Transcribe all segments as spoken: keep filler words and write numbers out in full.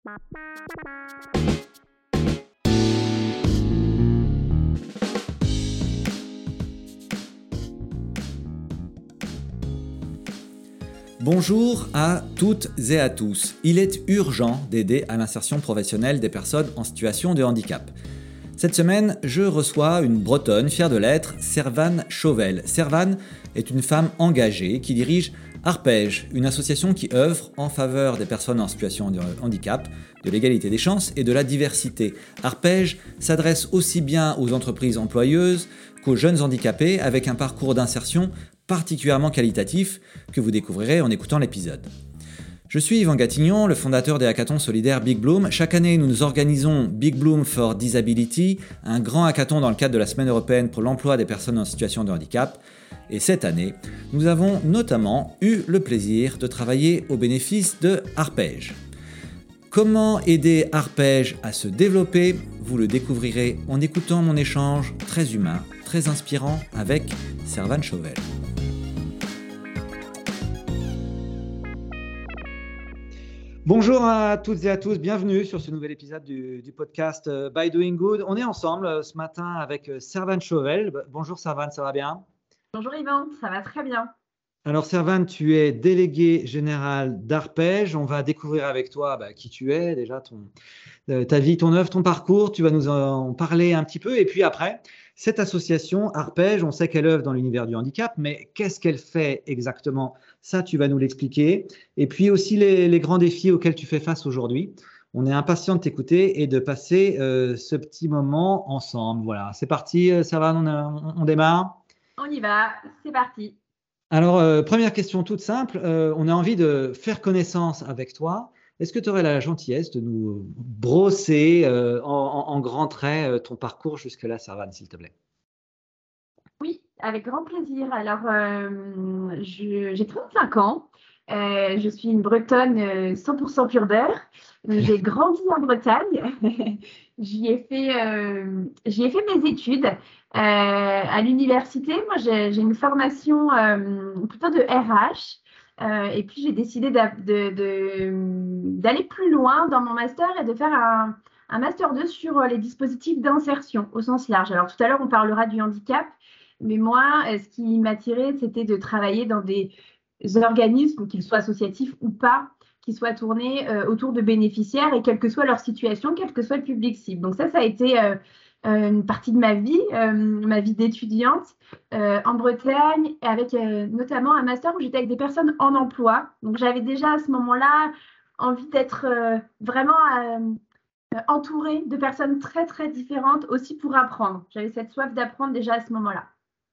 Bonjour à toutes et à tous. Il est urgent d'aider à l'insertion professionnelle des personnes en situation de handicap. Cette semaine, je reçois une Bretonne fière de l'être, Servane Chauvel. Servane est une femme engagée qui dirige Arpège, une association qui œuvre en faveur des personnes en situation de handicap, de l'égalité des chances et de la diversité. Arpège s'adresse aussi bien aux entreprises employeuses qu'aux jeunes handicapés avec un parcours d'insertion particulièrement qualitatif que vous découvrirez en écoutant l'épisode. Je suis Yvan Gatignon, le fondateur des hackathons solidaires Big Bloom. Chaque année, nous organisons Big Bloom for Disability, un grand hackathon dans le cadre de la Semaine européenne pour l'emploi des personnes en situation de handicap. Et cette année, nous avons notamment eu le plaisir de travailler au bénéfice de Arpège. Comment aider Arpège à se développer ? Vous le découvrirez en écoutant mon échange très humain, très inspirant avec Servane Chauvel. Bonjour à toutes et à tous, bienvenue sur ce nouvel épisode du, du podcast By Doing Good. On est ensemble ce matin avec Servane Chauvel. Bonjour Servane, ça va bien ? Bonjour Yvan, ça va très bien. Alors Servane, tu es déléguée générale d'Arpège. On va découvrir avec toi bah, qui tu es, déjà ton, euh, ta vie, ton œuvre, ton parcours. Tu vas nous en parler un petit peu. Et puis après, cette association Arpège, on sait qu'elle œuvre dans l'univers du handicap, mais qu'est-ce qu'elle fait exactement ? Ça, tu vas nous l'expliquer. Et puis aussi les, les grands défis auxquels tu fais face aujourd'hui. On est impatient de t'écouter et de passer euh, ce petit moment ensemble. Voilà, c'est parti, Servane, on, on démarre ? On y va, c'est parti. Alors, euh, première question toute simple, euh, on a envie de faire connaissance avec toi. Est-ce que tu aurais la gentillesse de nous brosser euh, en, en, en grands traits euh, ton parcours jusque-là, Servane, s'il te plaît ? Oui, avec grand plaisir. Alors, euh, je, j'ai trente-cinq ans. Euh, je suis une Bretonne euh, cent pour cent pure beurre. J'ai grandi en Bretagne. J'y ai fait, euh, j'y ai fait mes études. Euh, à l'université, moi, j'ai, j'ai une formation euh, plutôt de R H. Euh, et puis, j'ai décidé d'a- de, de- d'aller plus loin dans mon master et de faire un, un master deux sur les dispositifs d'insertion au sens large. Alors, tout à l'heure, on parlera du handicap. Mais moi, euh, ce qui m'attirait, c'était de travailler dans des organismes, qu'ils soient associatifs ou pas, qui soient tournés euh, autour de bénéficiaires et quelle que soit leur situation, quel que soit le public cible. Donc ça, ça a été euh, euh, une partie de ma vie, euh, ma vie d'étudiante euh, en Bretagne, avec euh, notamment un master où j'étais avec des personnes en emploi. Donc j'avais déjà à ce moment-là envie d'être euh, vraiment euh, entourée de personnes très, très différentes aussi pour apprendre. J'avais cette soif d'apprendre déjà à ce moment-là.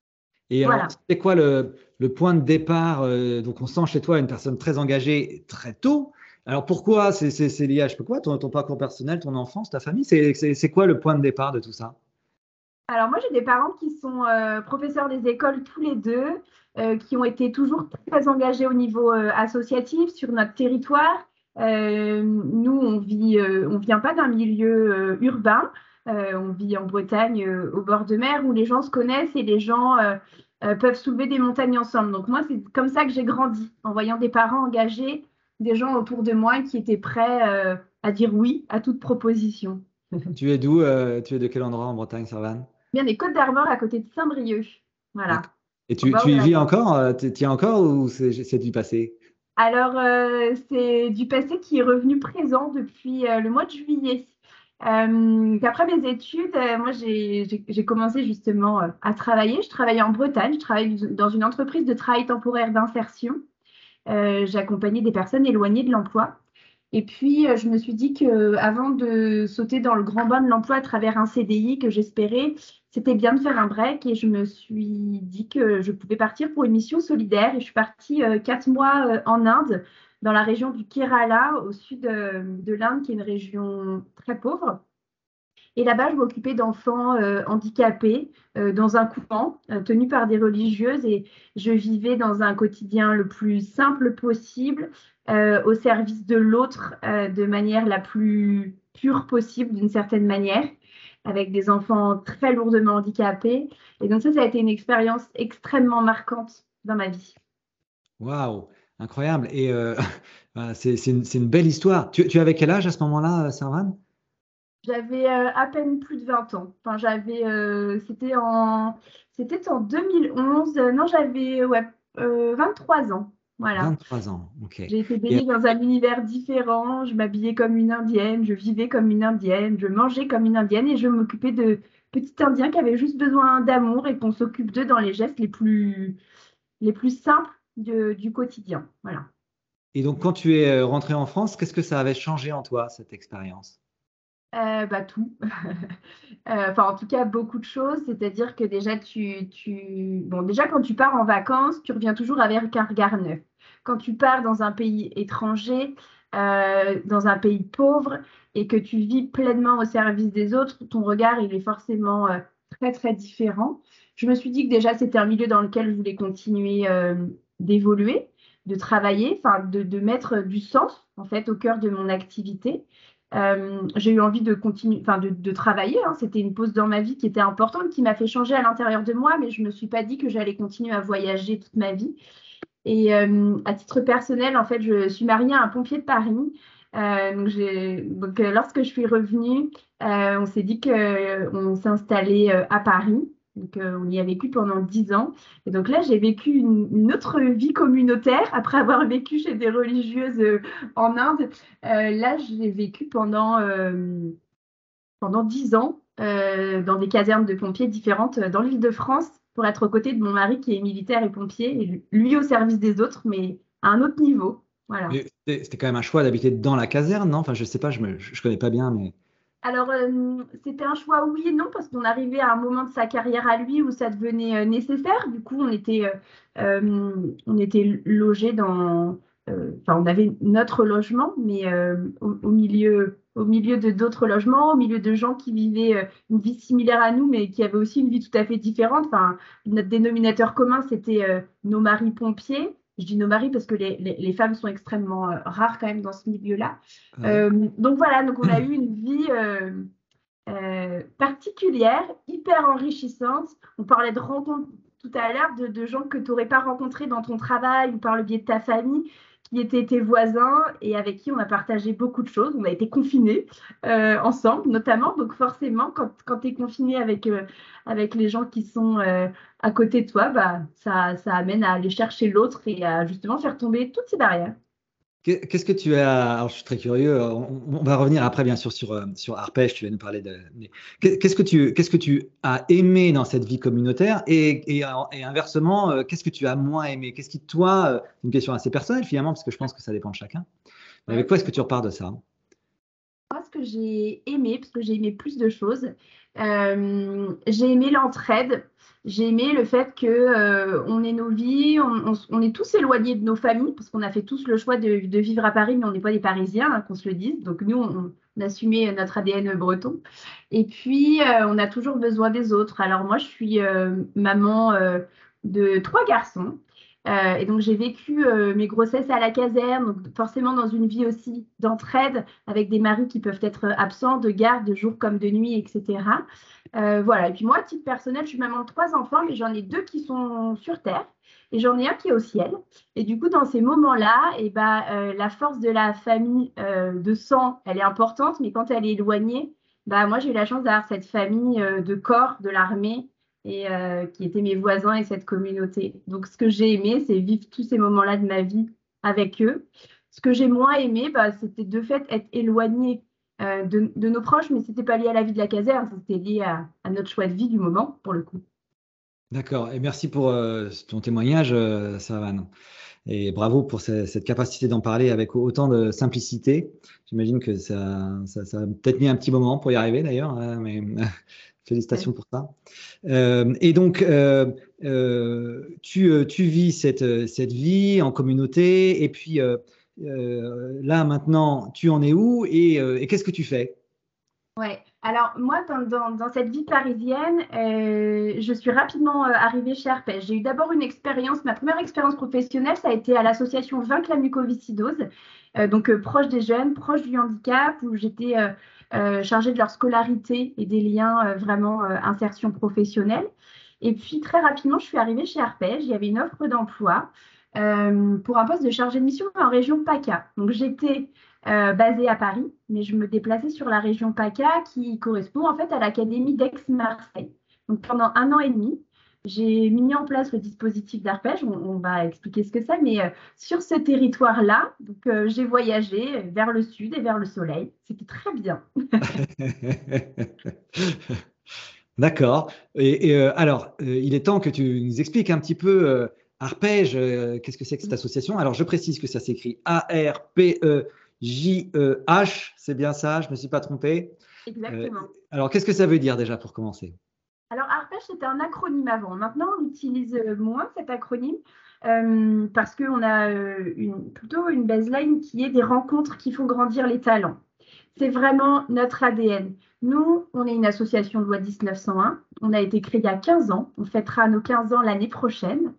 Et Voilà. alors, c'est quoi le, le point de départ euh, Donc, on sent chez toi une personne très engagée très tôt. Alors, pourquoi c'est, c'est, c'est lié à je sais pas quoi, ton, ton parcours personnel, ton enfance, ta famille c'est, c'est, c'est quoi le point de départ de tout ça ? Alors moi, j'ai des parents qui sont euh, professeurs des écoles tous les deux, euh, qui ont été toujours très engagés au niveau euh, associatif sur notre territoire. Euh, nous, on vit, euh, on vient pas d'un milieu euh, urbain. Euh, on vit en Bretagne, euh, au bord de mer, où les gens se connaissent et les gens euh, euh, peuvent soulever des montagnes ensemble. Donc moi, c'est comme ça que j'ai grandi, en voyant des parents engagés, des gens autour de moi qui étaient prêts euh, à dire oui à toute proposition. Tu es d'où euh, Tu es de quel endroit en Bretagne, Servane ? Bien des Côtes d'Armor à côté de Saint-Brieuc. Voilà. D'accord. Et Au tu, bord tu de y la vis mer. encore euh, Tu y es encore ou c'est, c'est du passé ? Alors, euh, c'est du passé qui est revenu présent depuis euh, le mois de juillet. Euh, après mes études, euh, moi, j'ai, j'ai, j'ai commencé justement euh, à travailler. Je travaillais en Bretagne. Je travaillais dans une entreprise de travail temporaire d'insertion. Euh, j'accompagnais des personnes éloignées de l'emploi. Et puis, euh, je me suis dit que avant de sauter dans le grand bain de l'emploi à travers un C D I que j'espérais, c'était bien de faire un break. Et je me suis dit que je pouvais partir pour une mission solidaire. Et je suis partie euh, quatre mois euh, en Inde, dans la région du Kerala, au sud euh, de l'Inde, qui est une région très pauvre. Et là-bas, je m'occupais d'enfants euh, handicapés euh, dans un couvent euh, tenu par des religieuses et je vivais dans un quotidien le plus simple possible, euh, au service de l'autre euh, de manière la plus pure possible, d'une certaine manière, avec des enfants très lourdement handicapés. Et donc ça, ça a été une expérience extrêmement marquante dans ma vie. Waouh, incroyable. Et euh, Ah, c'est c'est une, c'est une belle histoire. Tu, tu avais quel âge à ce moment-là, euh, Servan? J'avais euh, à peine plus de vingt ans. Enfin, j'avais, euh, c'était en, c'était en deux mille onze. Euh, non, j'avais ouais, euh, vingt-trois ans. Voilà. vingt-trois ans, ok. J'ai été Et, baignée dans un univers différent. Je m'habillais comme une indienne, je vivais comme une indienne, je mangeais comme une indienne et je m'occupais de petits indiens qui avaient juste besoin d'amour et qu'on s'occupe d'eux dans les gestes les plus, les plus simples de- du quotidien. Voilà. et donc, quand tu es euh, rentré en France, qu'est-ce que ça avait changé en toi, cette expérience? Euh, bah, tout. Euh, Enfin, en tout cas, beaucoup de choses. C'est-à-dire que déjà, tu, tu... Bon, déjà, quand tu pars en vacances, tu reviens toujours avec un regard neuf. Quand tu pars dans un pays étranger, euh, dans un pays pauvre, et que tu vis pleinement au service des autres, ton regard, il est forcément euh, très, très différent. Je me suis dit que déjà, c'était un milieu dans lequel je voulais continuer euh, d'évoluer, de travailler, enfin, de, de mettre du sens, en fait, au cœur de mon activité. Euh, j'ai eu envie de continuer, enfin de, de travailler. Hein. C'était une pause dans ma vie qui était importante, qui m'a fait changer à l'intérieur de moi, mais je ne me suis pas dit que j'allais continuer à voyager toute ma vie. Et euh, à titre personnel, en fait, je suis mariée à un pompier de Paris. Euh, donc, j'ai- donc, euh, lorsque je suis revenue, euh, on s'est dit qu'on s'est installé euh, à Paris. Donc, euh, on y a vécu pendant dix ans. Et donc là, j'ai vécu une, une autre vie communautaire après avoir vécu chez des religieuses euh, en Inde. Euh, là, j'ai vécu pendant, euh, pendant dix ans euh, dans des casernes de pompiers différentes euh, dans l'Île-de-France pour être aux côtés de mon mari qui est militaire et pompier, et lui au service des autres, mais à un autre niveau. Voilà. Mais C'était c'était quand même un choix d'habiter dans la caserne, non? Enfin, je sais pas, je me, je, je connais pas bien, mais. Alors, euh, c'était un choix oui et non, parce qu'on arrivait à un moment de sa carrière à lui où ça devenait euh, nécessaire. Du coup, on était, euh, euh, on était logés dans. euh, Enfin, on avait notre logement, mais euh, au, au milieu, au milieu de d'autres logements, au milieu de gens qui vivaient euh, une vie similaire à nous, mais qui avaient aussi une vie tout à fait différente. Enfin, notre dénominateur commun, c'était euh, nos maris pompiers. Je dis nos maris parce que les, les- les femmes sont extrêmement euh, rares quand même dans ce milieu-là. Ah ouais. Euh, donc voilà, donc on a eu une vie euh, euh, particulière, hyper enrichissante. On parlait de rencontres tout à l'heure, de, de gens que tu n'aurais pas rencontrés dans ton travail ou par le biais de ta famille, qui étaient tes voisins et avec qui on a partagé beaucoup de choses. On a été confinés euh, ensemble, notamment. Donc forcément, quand, quand tu es confiné avec, euh, avec les gens qui sont euh, à côté de toi, bah, ça, ça amène à aller chercher l'autre et à justement faire tomber toutes ces barrières. Qu'est- Qu'est-ce que tu as. Alors, je suis très curieux. On, on va revenir après, bien sûr, sur, euh, sur Arpège. Tu vas nous parler de. mais qu'est- Qu'est-ce que tu, qu'est-ce que tu as aimé dans cette vie communautaire et, et, et inversement, euh, qu'est-ce que tu as moins aimé? Qu'est-ce qui, toi, euh, c'est une question assez personnelle finalement, parce que je pense que ça dépend de chacun. Mais avec Ouais. quoi est-ce que tu repars de ça? Moi, ce que j'ai aimé, parce que j'ai aimé plus de choses, euh, j'ai aimé l'entraide. J'ai aimé le fait que euh, on ait nos vies, on, on- on est tous éloignés de nos familles, parce qu'on a fait tous le choix de, de vivre à Paris, mais on n'est pas des Parisiens, hein, qu'on se le dise. Donc nous, on, on assumait notre A D N breton. Et puis, euh, on a toujours besoin des autres. Alors moi, je suis euh, maman euh, de trois garçons. Euh, et donc, j'ai vécu euh, mes grossesses à la caserne, donc forcément dans une vie aussi d'entraide avec des maris qui peuvent être absents de garde de jour comme de nuit, et cetera. Euh, voilà. Et puis moi, à titre personnel, je suis maman de trois enfants, mais j'en ai deux qui sont sur Terre et j'en ai un qui est au ciel. Et du coup, dans ces moments-là, eh ben, euh, la force de la famille euh, de sang, elle est importante, mais quand elle est éloignée, bah, moi, j'ai eu la chance d'avoir cette famille euh, de corps de l'armée et euh, qui étaient mes voisins et cette communauté. Donc, ce que j'ai aimé, c'est vivre tous ces moments-là de ma vie avec eux. Ce que j'ai moins aimé, bah, c'était de fait être éloigné euh, de, de nos proches, mais c'était pas lié à la vie de la caserne, c'était lié à, à notre choix de vie du moment, pour le coup. D'accord. Et merci pour euh, ton témoignage, euh, Servan. Et bravo pour ce- cette capacité d'en parler avec autant de simplicité. J'imagine que ça, ça, ça a peut-être mis un petit moment pour y arriver d'ailleurs, hein, mais félicitations Ouais. pour ça. Euh, et donc, euh, euh, tu, euh, tu vis cette, euh, cette vie en communauté, et puis euh, euh, là maintenant, tu en es où et, euh, et qu'est-ce que tu fais? Ouais. Alors moi, dans, dans- dans cette vie parisienne, euh, je suis rapidement euh, arrivée chez Arpège. J'ai eu d'abord une expérience, ma première expérience professionnelle, ça a été à l'association Vaincre la mucoviscidose, euh, donc euh, proche des jeunes, proche du handicap, où j'étais euh, euh, chargée de leur scolarité et des liens euh, vraiment euh, insertion professionnelle. Et puis très rapidement, je suis arrivée chez Arpège. Il y avait une offre d'emploi. euh, pour un poste de chargé de mission en région PACA. Donc j'étais euh, basée à Paris, mais je me déplaçais sur la région PACA qui correspond en fait à l'Académie d'Aix-Marseille. Donc pendant un an et demi, j'ai mis en place le dispositif d'arpège. On, on va expliquer ce que c'est, mais euh, sur ce territoire-là, donc euh, j'ai voyagé vers le sud et vers le soleil. C'était très bien. D'accord. Et, et, euh, alors, euh, il est temps que tu nous expliques un petit peu euh, Arpège, euh, qu'est-ce que c'est que cette association? Alors, je précise que ça s'écrit A R P E J E H, c'est bien ça, je ne me suis pas trompé. Euh, Exactement. alors, qu'est-ce que ça veut dire déjà pour commencer? Alors, Arpège, c'était un acronyme avant. Maintenant, on utilise euh, moins cet acronyme euh, parce qu'on a euh, une, plutôt une baseline qui est des rencontres qui font grandir les talents. C'est vraiment notre A D N. Nous, on est une association de loi dix-neuf cent un. On a été créé il y a quinze ans. On fêtera nos quinze ans l'année prochaine.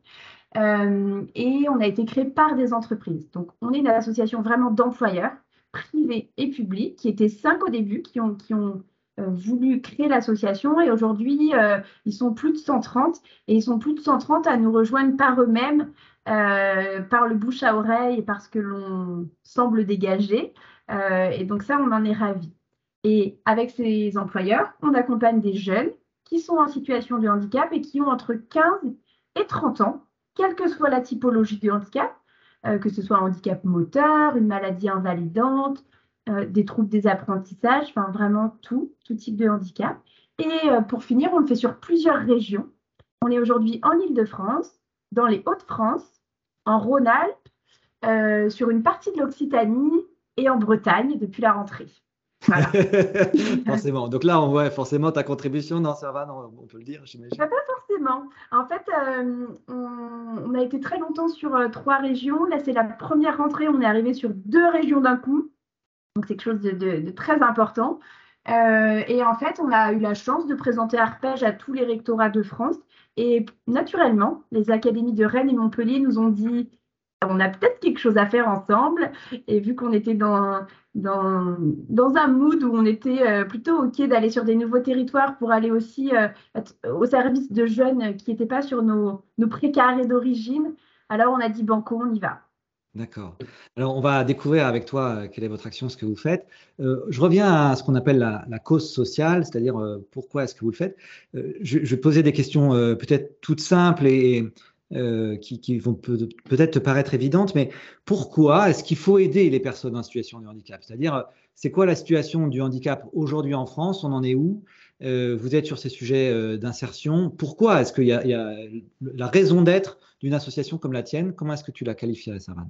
Euh, et on a été créé par des entreprises. Donc, on est une association vraiment d'employeurs, privés et publics, qui étaient cinq au début, qui ont, qui ont euh, voulu créer l'association. Et aujourd'hui, euh, ils sont plus de cent trente. Et ils sont plus de cent trente à nous rejoindre par eux-mêmes, euh, par le bouche à oreille et parce que l'on semble dégager. Euh, et donc, ça, on en est ravis. Et avec ces employeurs, on accompagne des jeunes qui sont en situation de handicap et qui ont entre quinze et trente ans, quelle que soit la typologie du handicap, euh, que ce soit un handicap moteur, une maladie invalidante, euh, des troubles des apprentissages, enfin vraiment tout, tout type de handicap. Et euh, pour finir, on le fait sur plusieurs régions. On est aujourd'hui en Île-de-France, dans les Hauts-de-France, en Rhône-Alpes, euh, sur une partie de l'Occitanie et en Bretagne depuis la rentrée. Voilà. Forcément. Donc là, on voit forcément ta contribution. Non, ça va, non, on peut le dire, Pas j'imagine. forcément. En fait, euh, on, on a été très longtemps sur euh, trois régions. Là, c'est la première rentrée. On est arrivé sur deux régions d'un coup. Donc, c'est quelque chose de, de- de très important. Euh, et en fait, on a eu la chance de présenter Arpège à tous les rectorats de France. Et naturellement, les académies de Rennes et Montpellier nous ont dit, on a peut-être quelque chose à faire ensemble. Et vu qu'on était dans, dans, dans un mood où on était euh, plutôt OK d'aller sur des nouveaux territoires pour aller aussi euh, être au service de jeunes qui n'étaient pas sur nos, nos précarés d'origine, alors on a dit banco, on y va. D'accord. Alors, on va découvrir avec toi euh, quelle est votre action, ce que vous faites. Euh, je reviens à ce qu'on appelle la, la cause sociale, c'est-à-dire euh, pourquoi est-ce que vous le faites. Euh, je, je vais poser des questions euh, peut-être toutes simples et euh, qui, qui vont peut- peut-être te paraître évidentes, mais pourquoi est-ce qu'il faut aider les personnes en situation de handicap? C'est-à-dire, euh, c'est quoi la situation du handicap aujourd'hui en France? On en est où? Euh, vous êtes sur ces sujets euh, d'insertion. Pourquoi est-ce qu'il y a, il y a la raison d'être d'une association comme la tienne? Comment est-ce que tu la qualifierais, Sarah?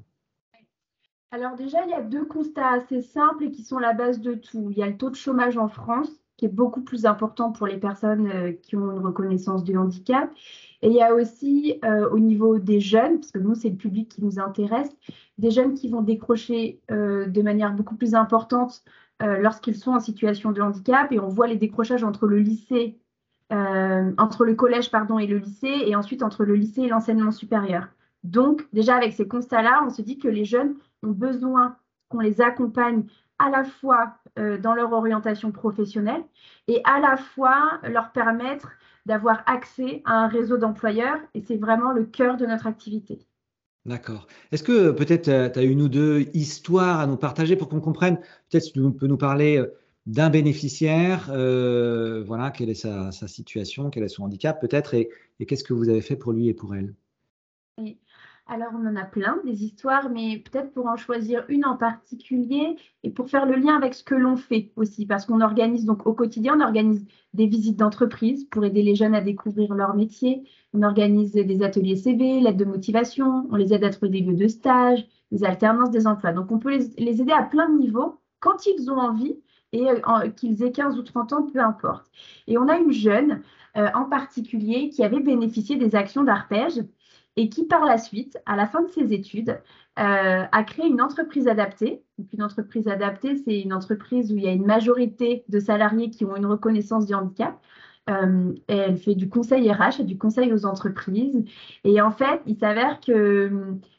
Alors déjà, il y a deux constats assez simples et qui sont la base de tout. Il y a le taux de chômage en France, qui est beaucoup plus important pour les personnes euh, qui ont une reconnaissance du handicap. Et il y a aussi euh, au niveau des jeunes, parce que nous, c'est le public qui nous intéresse, des jeunes qui vont décrocher euh, de manière beaucoup plus importante euh, lorsqu'ils sont en situation de handicap. Et on voit les décrochages entre le lycée, euh, entre le collège, pardon, et le lycée, et ensuite entre le lycée et l'enseignement supérieur. Donc, déjà avec ces constats-là, on se dit que les jeunes ont besoin qu'on les accompagne à la fois euh, dans leur orientation professionnelle et à la fois leur permettre d'avoir accès à un réseau d'employeurs. Et c'est vraiment le cœur de notre activité. D'accord. Est-ce que euh, peut-être tu as une ou deux histoires à nous partager pour qu'on comprenne? Peut-être si tu peux nous parler euh, d'un bénéficiaire, euh, voilà, quelle est sa, sa situation, quel est son handicap peut-être, et, et qu'est-ce que vous avez fait pour lui et pour elle? Et alors, on en a plein des histoires, mais peut-être pour en choisir une en particulier et pour faire le lien avec ce que l'on fait aussi, parce qu'on organise donc au quotidien, on organise des visites d'entreprise pour aider les jeunes à découvrir leur métier. On organise des ateliers C V, l'aide de motivation, on les aide à trouver des lieux de stage, des alternances, des emplois. Donc, on peut les, les aider à plein de niveaux quand ils ont envie et euh, en- qu'ils aient quinze ou trente ans, peu importe. Et on a une jeune euh, en particulier qui avait bénéficié des actions d'Arpège et qui par la suite, à la fin de ses études, euh, a créé une entreprise adaptée. Donc, une entreprise adaptée, c'est une entreprise où il y a une majorité de salariés qui ont une reconnaissance du handicap. Euh, et elle fait du conseil R H et du conseil aux entreprises. Et en fait, il s'avère que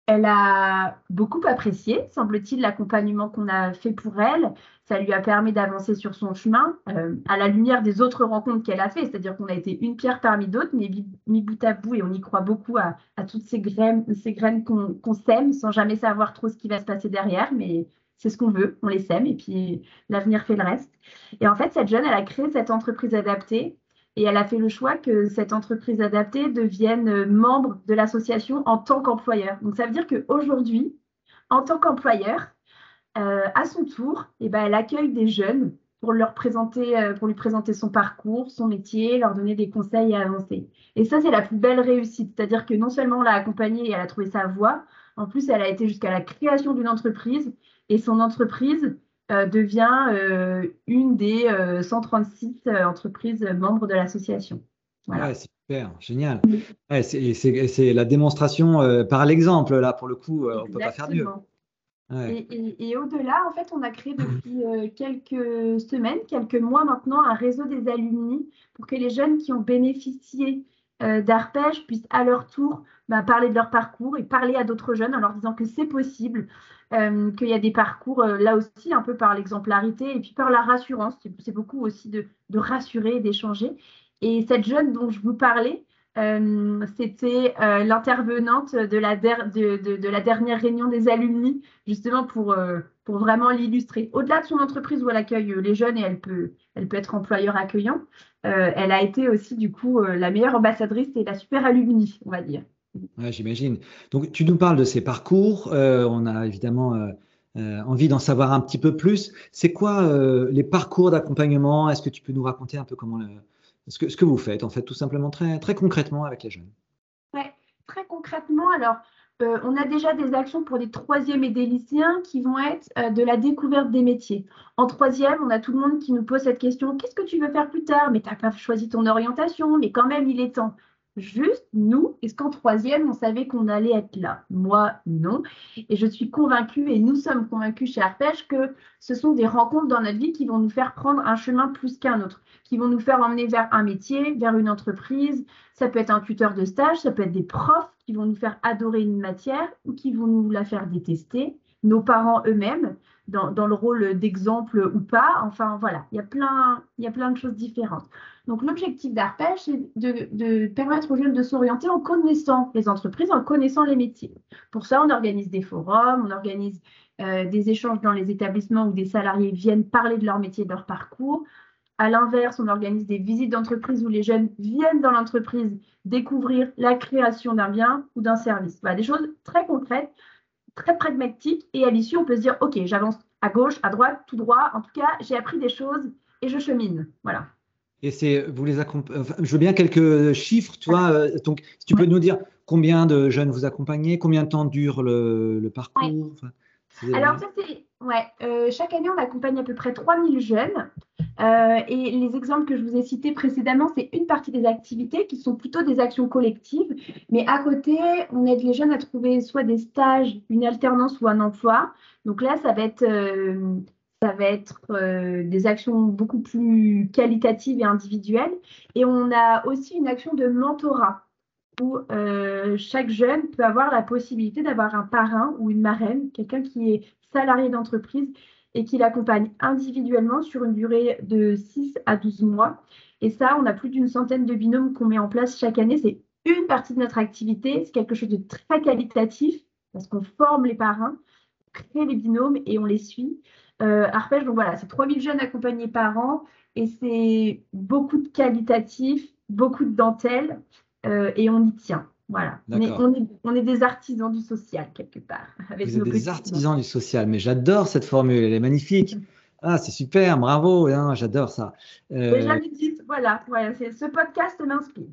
Elle a beaucoup apprécié, semble-t-il, l'accompagnement qu'on a fait pour elle. Ça lui a permis d'avancer sur son chemin euh, à la lumière des autres rencontres qu'elle a fait. C'est-à-dire qu'on a été une pierre parmi d'autres, mais mis mis bout à bout, et on y croit beaucoup à, à toutes ces graines, ces graines qu'on qu'on sème sans jamais savoir trop ce qui va se passer derrière. Mais c'est ce qu'on veut, on les sème, et puis l'avenir fait le reste. Et en fait, cette jeune, elle a créé cette entreprise adaptée. Et elle a fait le choix que cette entreprise adaptée devienne euh, membre de l'association en tant qu'employeur. Donc, ça veut dire qu'aujourd'hui, en tant qu'employeur, euh, à son tour, eh ben, elle accueille des jeunes pour leur présenter, euh, pour lui présenter son parcours, son métier, leur donner des conseils et avancer. Et ça, c'est la plus belle réussite. C'est-à-dire que non seulement on l'a accompagnée et elle a trouvé sa voie, en plus, elle a été jusqu'à la création d'une entreprise et son entreprise euh, devient euh, une des euh, cent trente-six euh, entreprises membres de l'association. Ouais, Voilà. c'est super, génial. Ouais, c'est c'est- c'est la démonstration euh, par l'exemple, là, pour le coup, euh, on ne peut pas faire mieux. Exactement. Et, Ouais. et- et au-delà, en fait, on a créé depuis euh, quelques semaines, quelques mois maintenant, un réseau des alumni pour que les jeunes qui ont bénéficié euh, d'Arpège puissent à leur tour bah, parler de leur parcours et parler à d'autres jeunes en leur disant que c'est possible, euh, qu'il y a des parcours euh, là aussi un peu par l'exemplarité et puis par la rassurance. C'est c'est beaucoup aussi de, de rassurer et d'échanger. Et cette jeune dont je vous parlais, euh, c'était euh, l'intervenante de la, der- de, de- de la dernière réunion des alumni justement pour, euh, pour vraiment l'illustrer. Au-delà de son entreprise où elle accueille euh, les jeunes et elle peut, elle peut être employeur accueillant, euh, elle a été aussi du coup euh, la meilleure ambassadrice et la super alumni, on va dire. Ouais, j'imagine. Donc, tu nous parles de ces parcours. Euh, on a évidemment euh, euh, envie d'en savoir un petit peu plus. C'est quoi euh, les parcours d'accompagnement? Est-ce que tu peux nous raconter un peu comment le- ce que, ce que vous faites, en fait, tout simplement, très, très concrètement avec les jeunes? Ouais, très concrètement, alors, euh, on a déjà des actions pour des troisièmes et des lycéens qui vont être euh, de la découverte des métiers. En troisième, on a tout le monde qui nous pose cette question, qu'est-ce que tu veux faire plus tard? Mais tu n'as pas choisi ton orientation, mais quand même, il est temps. Juste, nous, est-ce qu'en troisième, on savait qu'on allait être là? Moi, non. Et je suis convaincue, et nous sommes convaincus chez Arpège, que ce sont des rencontres dans notre vie qui vont nous faire prendre un chemin plus qu'un autre, qui vont nous faire emmener vers un métier, vers une entreprise. Ça peut être un tuteur de stage, ça peut être des profs qui vont nous faire adorer une matière ou qui vont nous la faire détester, nos parents eux-mêmes, dans, dans le rôle d'exemple ou pas. Enfin, voilà, il y a plein, il y a plein de choses différentes. Donc, l'objectif d'Arpège, c'est de, de permettre aux jeunes de s'orienter en connaissant les entreprises, en connaissant les métiers. Pour ça, on organise des forums, on organise euh, des échanges dans les établissements où des salariés viennent parler de leur métier, de leur parcours. À l'inverse, on organise des visites d'entreprise où les jeunes viennent dans l'entreprise découvrir la création d'un bien ou d'un service. Voilà, des choses très concrètes, très pragmatiques. Et à l'issue, on peut se dire, OK, j'avance à gauche, à droite, tout droit. En tout cas, j'ai appris des choses et je chemine. Voilà. Et c'est, vous les accompagnez, enfin, je veux bien quelques chiffres, tu vois. euh, Donc, si tu peux Ouais. nous dire combien de jeunes vous accompagnez, combien de temps dure le, le Ouais. parcours, enfin, ces Alors, éléments-là. ça, c'est. Ouais, euh, chaque année, on accompagne à peu près trois mille jeunes. Euh, et les exemples que je vous ai cités précédemment, c'est une partie des activités qui sont plutôt des actions collectives. Mais à côté, on aide les jeunes à trouver soit des stages, une alternance ou un emploi. Donc là, ça va être, euh, ça va être euh, des actions beaucoup plus qualitatives et individuelles. Et on a aussi une action de mentorat où euh, chaque jeune peut avoir la possibilité d'avoir un parrain ou une marraine, quelqu'un qui est salarié d'entreprise et qui l'accompagne individuellement sur une durée de six à douze mois. Et ça, on a plus d'une centaine de binômes qu'on met en place chaque année. C'est une partie de notre activité. C'est quelque chose de très qualitatif parce qu'on forme les parrains, on crée les binômes et on les suit. Euh, Arpège, donc voilà, c'est trois mille jeunes accompagnés par an et c'est beaucoup de qualitatif, beaucoup de dentelle euh, et on y tient. Voilà, on est, D'accord. on est, on est des artisans du social quelque part avec Vous êtes nos des petits noms. artisans du social, mais j'adore cette formule, elle est magnifique. Ah, c'est super, bravo, hein, j'adore ça. Déjà Euh, le titre, voilà, voilà, c'est, ce podcast m'inspire.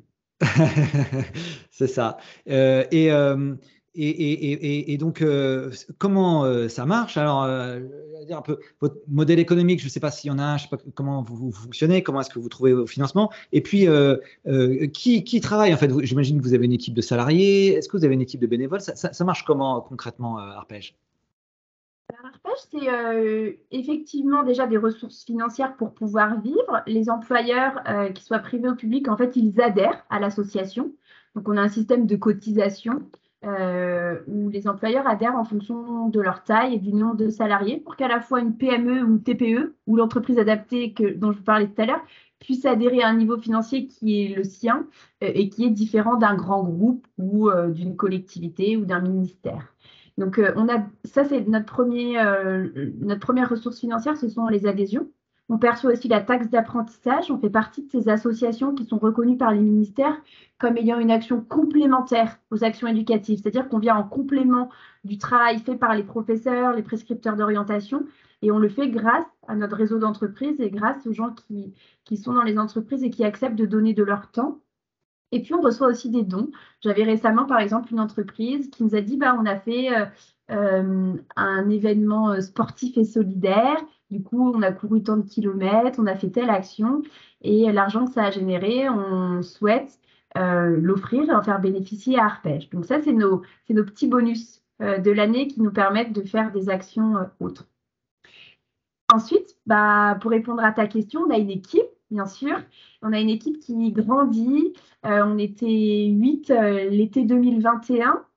c'est ça. Euh, et, euh, et, et- et- et donc, euh, comment euh, ça marche? Alors, euh, je veux dire un peu votre modèle économique, je ne sais pas s'il y en a un, je ne sais pas comment vous, vous fonctionnez, comment est-ce que vous trouvez vos financements. Et puis, euh, euh, qui, qui travaille en fait? Vous- J'imagine que vous avez une équipe de salariés. Est-ce que vous avez une équipe de bénévoles? Ça, ça- ça marche comment concrètement, euh, Arpège? L'arpège, c'est euh, effectivement déjà des ressources financières pour pouvoir vivre. Les employeurs, euh, qu'ils soient privés ou publics, en fait, ils adhèrent à l'association. Donc, on a un système de cotisation euh, où les employeurs adhèrent en fonction de leur taille et du nombre de salariés pour qu'à la fois une P M E ou une T P E ou l'entreprise adaptée que, dont je vous parlais tout à l'heure puisse adhérer à un niveau financier qui est le sien euh, et qui est différent d'un grand groupe ou euh, d'une collectivité ou d'un ministère. Donc, euh, on a, ça, c'est notre premier, euh, notre première ressource financière, ce sont les adhésions. On perçoit aussi la taxe d'apprentissage. On fait partie de ces associations qui sont reconnues par les ministères comme ayant une action complémentaire aux actions éducatives. C'est-à-dire qu'on vient en complément du travail fait par les professeurs, les prescripteurs d'orientation, et on le fait grâce à notre réseau d'entreprises et grâce aux gens qui, qui sont dans les entreprises et qui acceptent de donner de leur temps. Et puis, on reçoit aussi des dons. J'avais récemment, par exemple, une entreprise qui nous a dit, bah, on a fait euh, euh, un événement euh, sportif et solidaire. Du coup, on a couru tant de kilomètres, on a fait telle action. Et l'argent que ça a généré, on souhaite euh, l'offrir et en faire bénéficier à Arpège. Donc ça, c'est nos, c'est nos petits bonus euh, de l'année qui nous permettent de faire des actions euh, autres. Ensuite, bah, pour répondre à ta question, on a une équipe, bien sûr. On a une équipe qui grandit. Euh, on était huit euh, l'été deux mille vingt et un.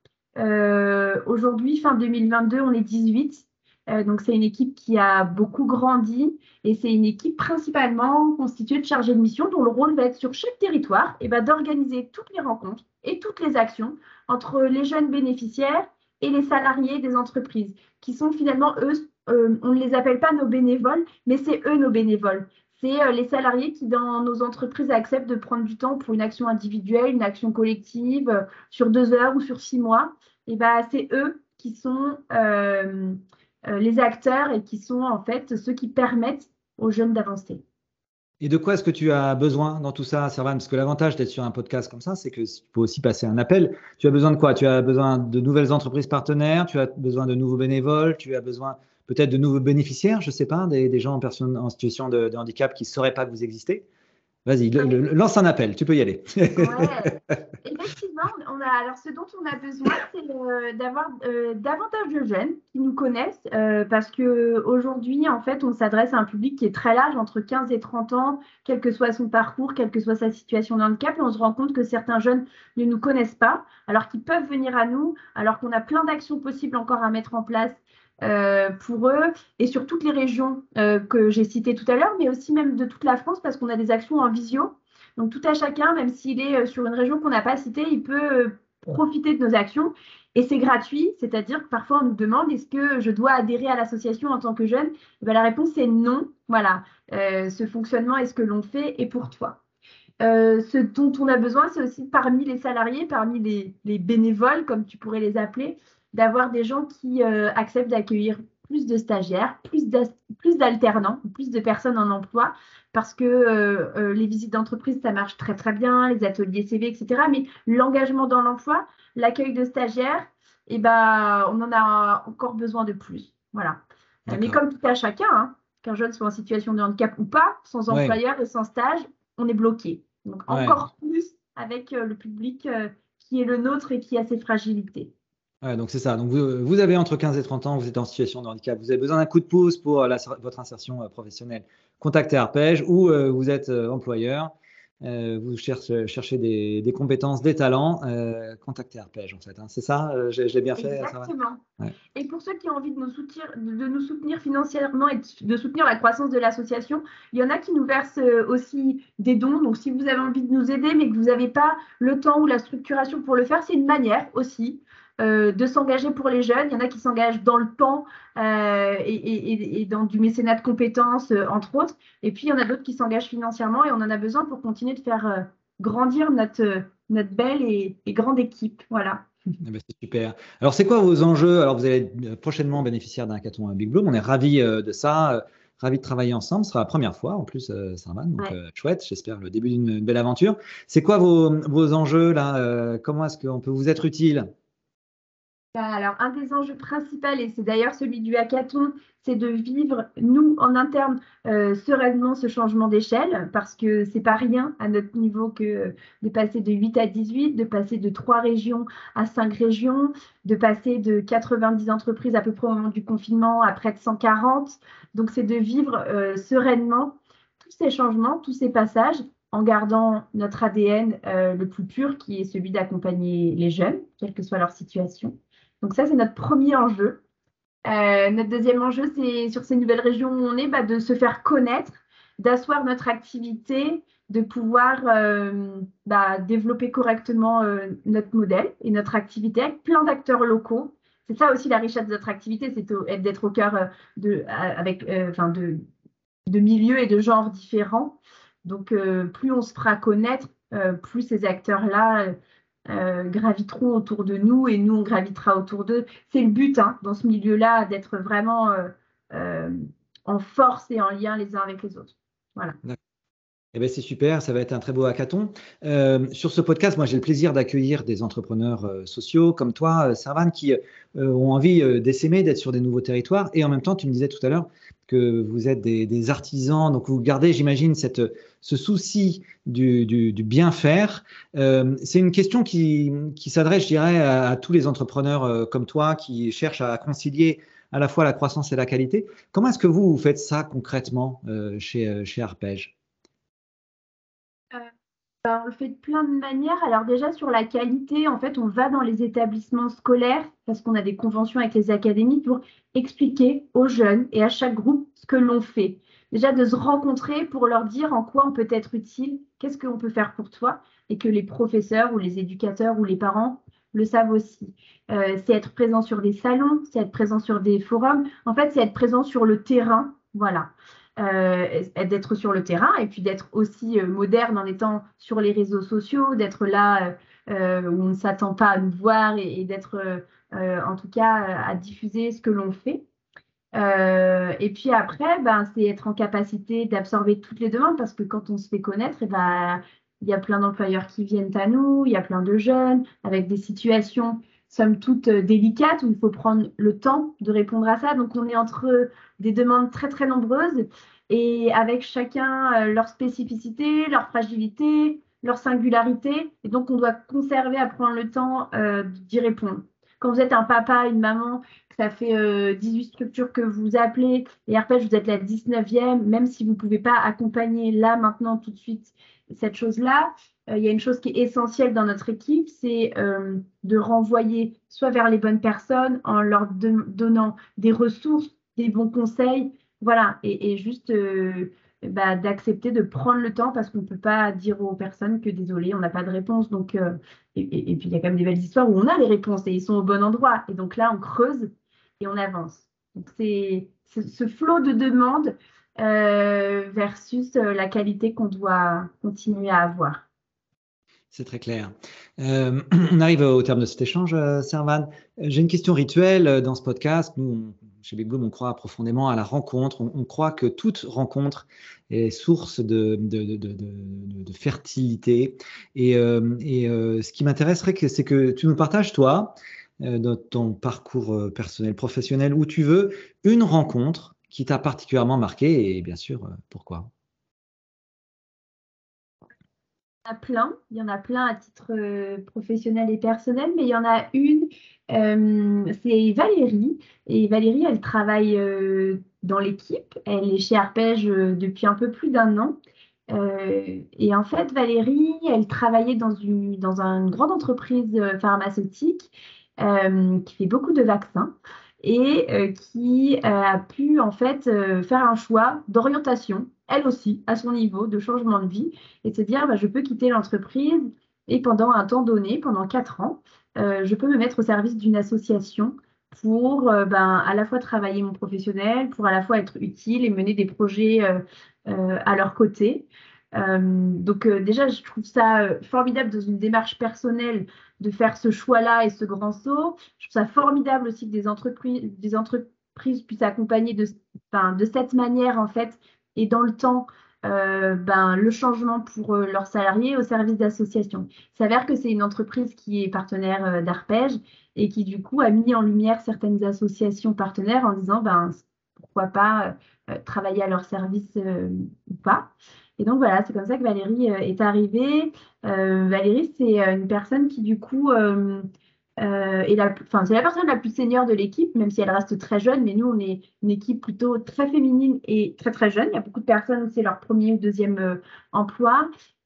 Euh, aujourd'hui, fin deux mille vingt-deux, on est dix-huit. Euh, donc, c'est une équipe qui a beaucoup grandi et c'est une équipe principalement constituée de chargés de mission dont le rôle va être sur chaque territoire et bah, d'organiser toutes les rencontres et toutes les actions entre les jeunes bénéficiaires et les salariés des entreprises qui sont finalement, eux, euh, on ne les appelle pas nos bénévoles, mais c'est eux nos bénévoles. C'est euh, les salariés qui, dans nos entreprises, acceptent de prendre du temps pour une action individuelle, une action collective, euh, sur deux heures ou sur six mois. Et ben, c'est eux qui sont euh, euh, les acteurs et qui sont en fait ceux qui permettent aux jeunes d'avancer. Et de quoi est-ce que tu as besoin dans tout ça, Servan? Parce que l'avantage d'être sur un podcast comme ça, c'est qu'il faut aussi passer un appel. Tu as besoin de quoi? Tu as besoin de nouvelles entreprises partenaires, tu as besoin de nouveaux bénévoles, tu as besoin peut-être de nouveaux bénéficiaires, je ne sais pas, des, des gens en, personne, en situation de, de handicap qui ne sauraient pas que vous existez. Vas-y, le, le, lance un appel, tu peux y aller. Ouais, effectivement, on a, alors ce dont on a besoin, c'est euh, d'avoir euh, davantage de jeunes qui nous connaissent euh, parce qu'aujourd'hui, en fait, on s'adresse à un public qui est très large, entre quinze et trente ans, quel que soit son parcours, quelle que soit sa situation de handicap, et on se rend compte que certains jeunes ne nous connaissent pas, alors qu'ils peuvent venir à nous, alors qu'on a plein d'actions possibles encore à mettre en place euh, pour eux et sur toutes les régions euh, que j'ai citées tout à l'heure, mais aussi même de toute la France parce qu'on a des actions en visio. Donc tout à chacun, même s'il est sur une région qu'on n'a pas citée, il peut profiter de nos actions et c'est gratuit, c'est-à-dire que parfois on nous demande est-ce que je dois adhérer à l'association en tant que jeune? Et bien, la réponse est non. Voilà, euh, ce fonctionnement est ce que l'on fait et pour toi. Euh, ce dont on a besoin, c'est aussi parmi les salariés, parmi les, les bénévoles, comme tu pourrais les appeler, d'avoir des gens qui euh, acceptent d'accueillir plus de stagiaires, plus d'alternants, plus de personnes en emploi, parce que euh, euh, les visites d'entreprise, ça marche très très bien, les ateliers C V, et cetera. Mais l'engagement dans l'emploi, l'accueil de stagiaires, eh ben, on en a encore besoin de plus. Voilà. Mais comme tout à chacun, hein, qu'un jeune soit en situation de handicap ou pas, sans employeur ouais. et sans stage, on est bloqué. Donc encore ouais. plus avec euh, le public euh, qui est le nôtre et qui a ses fragilités. Ouais, donc c'est ça. Donc vous, vous avez entre quinze et trente ans, vous êtes en situation de handicap, vous avez besoin d'un coup de pouce pour la, votre insertion euh, professionnelle. Contactez Arpège ou euh, vous êtes euh, employeur, euh, vous cherchez, cherchez des, des compétences, des talents, euh, contactez Arpège en fait. Hein. C'est ça, euh, j'ai, j'ai bien fait. Exactement. Ouais. Et pour ceux qui ont envie de nous soutenir, de nous soutenir financièrement et de soutenir la croissance de l'association, il y en a qui nous versent aussi des dons. Donc si vous avez envie de nous aider, mais que vous n'avez pas le temps ou la structuration pour le faire, c'est une manière aussi. Euh, de s'engager pour les jeunes. Il y en a qui s'engagent dans le temps euh, et, et, et dans du mécénat de compétences, euh, entre autres. Et puis, il y en a d'autres qui s'engagent financièrement et on en a besoin pour continuer de faire euh, grandir notre, notre belle et, et grande équipe. Voilà. Eh ben, c'est super. Alors, c'est quoi vos enjeux? Alors, vous allez être prochainement bénéficiaire d'un hackathon à Big Bloom. On est ravis euh, de ça. Euh, ravis de travailler ensemble. Ce sera la première fois, en plus, euh, Servan. Donc, ouais. euh, chouette. J'espère le début d'une belle aventure. C'est quoi vos, vos enjeux là euh, Comment est-ce qu'on peut vous être utile? Alors, un des enjeux principaux, et c'est d'ailleurs celui du hackathon, c'est de vivre, nous, en interne, euh, sereinement ce changement d'échelle, parce que c'est pas rien à notre niveau que de passer de huit à dix-huit, de passer de trois régions à cinq régions, de passer de quatre-vingt-dix entreprises à peu près au moment du confinement à près de cent quarante. Donc, c'est de vivre euh, sereinement tous ces changements, tous ces passages, en gardant notre A D N euh, le plus pur, qui est celui d'accompagner les jeunes, quelle que soit leur situation. Donc ça, c'est notre premier enjeu. Euh, notre deuxième enjeu, c'est sur ces nouvelles régions où on est, bah, de se faire connaître, d'asseoir notre activité, de pouvoir euh, bah, développer correctement euh, notre modèle et notre activité avec plein d'acteurs locaux. C'est ça aussi la richesse de notre activité, c'est d'être au cœur euh, de, avec, euh, enfin de, de milieux et de genres différents. Donc, euh, plus on se fera connaître, euh, plus ces acteurs-là euh, graviteront autour de nous et nous, on gravitera autour d'eux. C'est le but hein, dans ce milieu-là, d'être vraiment euh, euh, en force et en lien les uns avec les autres. Voilà. Eh bien, c'est super, ça va être un très beau hackathon. Euh, sur ce podcast, moi, j'ai le plaisir d'accueillir des entrepreneurs euh, sociaux comme toi, euh, Servan, qui euh, ont envie euh, d'essaimer, d'être sur des nouveaux territoires. Et en même temps, tu me disais tout à l'heure que vous êtes des, des artisans, donc vous gardez, j'imagine, cette, ce souci du, du, du bien faire. Euh, c'est une question qui, qui s'adresse, je dirais, à, à tous les entrepreneurs euh, comme toi qui cherchent à concilier à la fois la croissance et la qualité. Comment est-ce que vous, vous faites ça concrètement euh, chez, chez Arpège? Euh, ben, on le fait de plein de manières. Alors déjà sur la qualité, en fait, on va dans les établissements scolaires parce qu'on a des conventions avec les académies pour expliquer aux jeunes et à chaque groupe ce que l'on fait. Déjà de se rencontrer pour leur dire en quoi on peut être utile, qu'est-ce qu'on peut faire pour toi et que les professeurs ou les éducateurs ou les parents le savent aussi. Euh, c'est être présent sur des salons, c'est être présent sur des forums. En fait, c'est être présent sur le terrain. Voilà euh, d'être sur le terrain et puis d'être aussi euh, moderne en étant sur les réseaux sociaux, d'être là euh, où on ne s'attend pas à nous voir et, et d'être euh, euh, en tout cas à diffuser ce que l'on fait. Euh, et puis après, ben, c'est être en capacité d'absorber toutes les demandes parce que quand on se fait connaître, et ben, il y a plein d'employeurs qui viennent à nous, il y a plein de jeunes avec des situations, somme toute, euh, délicates où il faut prendre le temps de répondre à ça. Donc, on est entre des demandes très, très nombreuses et avec chacun euh, leur spécificité, leur fragilité, leur singularité. Et donc, on doit conserver à prendre le temps euh, d'y répondre. Quand vous êtes un papa, une maman, ça fait euh, dix-huit structures que vous appelez et Arpège, vous êtes la dix-neuvième, même si vous ne pouvez pas accompagner là, maintenant, tout de suite, cette chose-là. Euh, il y a une chose qui est essentielle dans notre équipe, c'est euh, de renvoyer soit vers les bonnes personnes en leur de- donnant des ressources, des bons conseils, voilà, et, et juste euh, bah, d'accepter de prendre le temps parce qu'on ne peut pas dire aux personnes que désolé, on n'a pas de réponse. Donc, euh, et, et- et puis, il y a quand même des belles histoires où on a les réponses et ils sont au bon endroit. Et donc là, on creuse et on avance. Donc, c'est c'est ce flot de demandes euh, versus euh, la qualité qu'on doit continuer à avoir. C'est très clair. Euh, on arrive au terme de cet échange, euh, Servan. Euh, J'ai une question rituelle euh, dans ce podcast. Nous, on- chez Big Bloom, on croit profondément à la rencontre. On, on croit que toute rencontre est source de, de, de, de- de- de fertilité. Et, euh, et, euh, ce qui m'intéresserait, que- c'est que tu nous partages, toi, euh, dans ton parcours euh, personnel, professionnel, où tu veux, une rencontre qui t'a particulièrement marqué et bien sûr, euh, pourquoi? Il y en a plein, il y en a plein à titre euh, professionnel et personnel, mais il y en a une, euh, c'est Valérie. Et Valérie, elle travaille euh, dans l'équipe, elle est chez Arpège euh, depuis un peu plus d'un an. Euh, et en fait, Valérie, elle travaillait dans une, dans une grande entreprise euh, pharmaceutique euh, qui fait beaucoup de vaccins et euh, qui euh, a pu en fait euh, faire un choix d'orientation, elle aussi, à son niveau, de changement de vie et de se dire, bah, je peux quitter l'entreprise et pendant un temps donné, pendant quatre ans, euh, je peux me mettre au service d'une association pour euh, ben, à la fois travailler mon professionnel, pour à la fois être utile et mener des projets euh, euh, à leur côté. Euh, donc euh, déjà, je trouve ça euh, formidable dans une démarche personnelle de faire ce choix-là et ce grand saut. Je trouve ça formidable aussi que des entreprises, des entreprises puissent accompagner de, enfin, de cette manière en fait et dans le temps euh, ben, le changement pour euh, leurs salariés au service d'associations. Il s'avère que c'est une entreprise qui est partenaire euh, d'Arpège et qui du coup a mis en lumière certaines associations partenaires en disant ben, pourquoi pas euh, travailler à leur service euh, ou pas. Et donc voilà, c'est comme ça que Valérie euh, est arrivée. Euh, Valérie, c'est euh, une personne qui du coup euh, euh, est la, enfin, c'est la personne la plus senior de l'équipe, même si elle reste très jeune, mais nous, on est une équipe plutôt très féminine et très très jeune. Il y a beaucoup de personnes, c'est leur premier ou deuxième euh, emploi.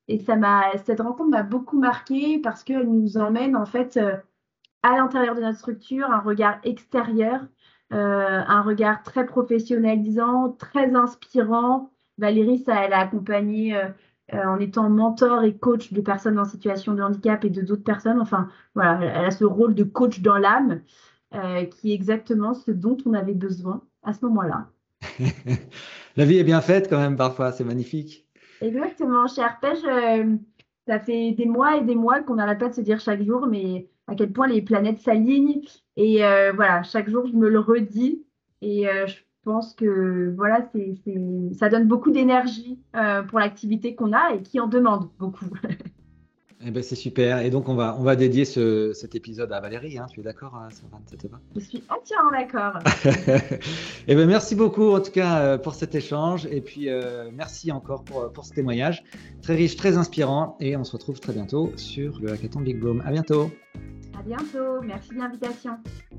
Et ça m'a, cette rencontre m'a beaucoup marquée parce qu'elle nous emmène en fait euh, à l'intérieur de notre structure, un regard extérieur, euh, un regard très professionnalisant, très inspirant. Valérie, ça, elle a accompagné euh, euh, en étant mentor et coach de personnes en situation de handicap et de d'autres personnes. Enfin, voilà, elle a ce rôle de coach dans l'âme, euh, qui est exactement ce dont on avait besoin à ce moment-là. La vie est bien faite quand même parfois, c'est magnifique. Exactement. Chez Arpège, euh, ça fait des mois et des mois qu'on n'arrête pas de se dire chaque jour, mais à quel point les planètes s'alignent. Et euh, voilà, chaque jour, je me le redis. Et euh, je pense que voilà, c'est, c'est, ça donne beaucoup d'énergie euh, pour l'activité qu'on a et qui en demande beaucoup. Eh ben, c'est super. Et donc, on va, on va dédier ce- cet épisode à Valérie. Hein. Tu es d'accord, hein, Sylvain, ça te va? Je suis entièrement d'accord. Eh ben, merci beaucoup, en tout cas, euh, pour cet échange. Et puis, euh, merci encore pour, pour ce témoignage. Très riche, très inspirant. Et on se retrouve très bientôt sur le Hackathon Big Bloom. À bientôt. À bientôt. Merci de l'invitation.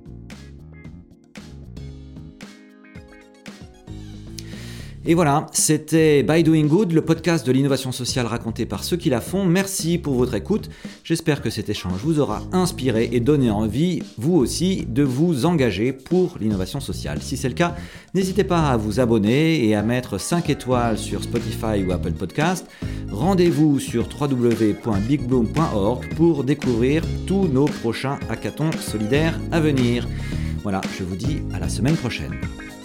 Et voilà, c'était By Doing Good, le podcast de l'innovation sociale raconté par ceux qui la font. Merci pour votre écoute. J'espère que cet échange vous aura inspiré et donné envie, vous aussi, de vous engager pour l'innovation sociale. Si c'est le cas, n'hésitez pas à vous abonner et à mettre cinq étoiles sur Spotify ou Apple Podcast. Rendez-vous sur w w w point big bloom point org pour découvrir tous nos prochains hackathons solidaires à venir. Voilà, je vous dis à la semaine prochaine.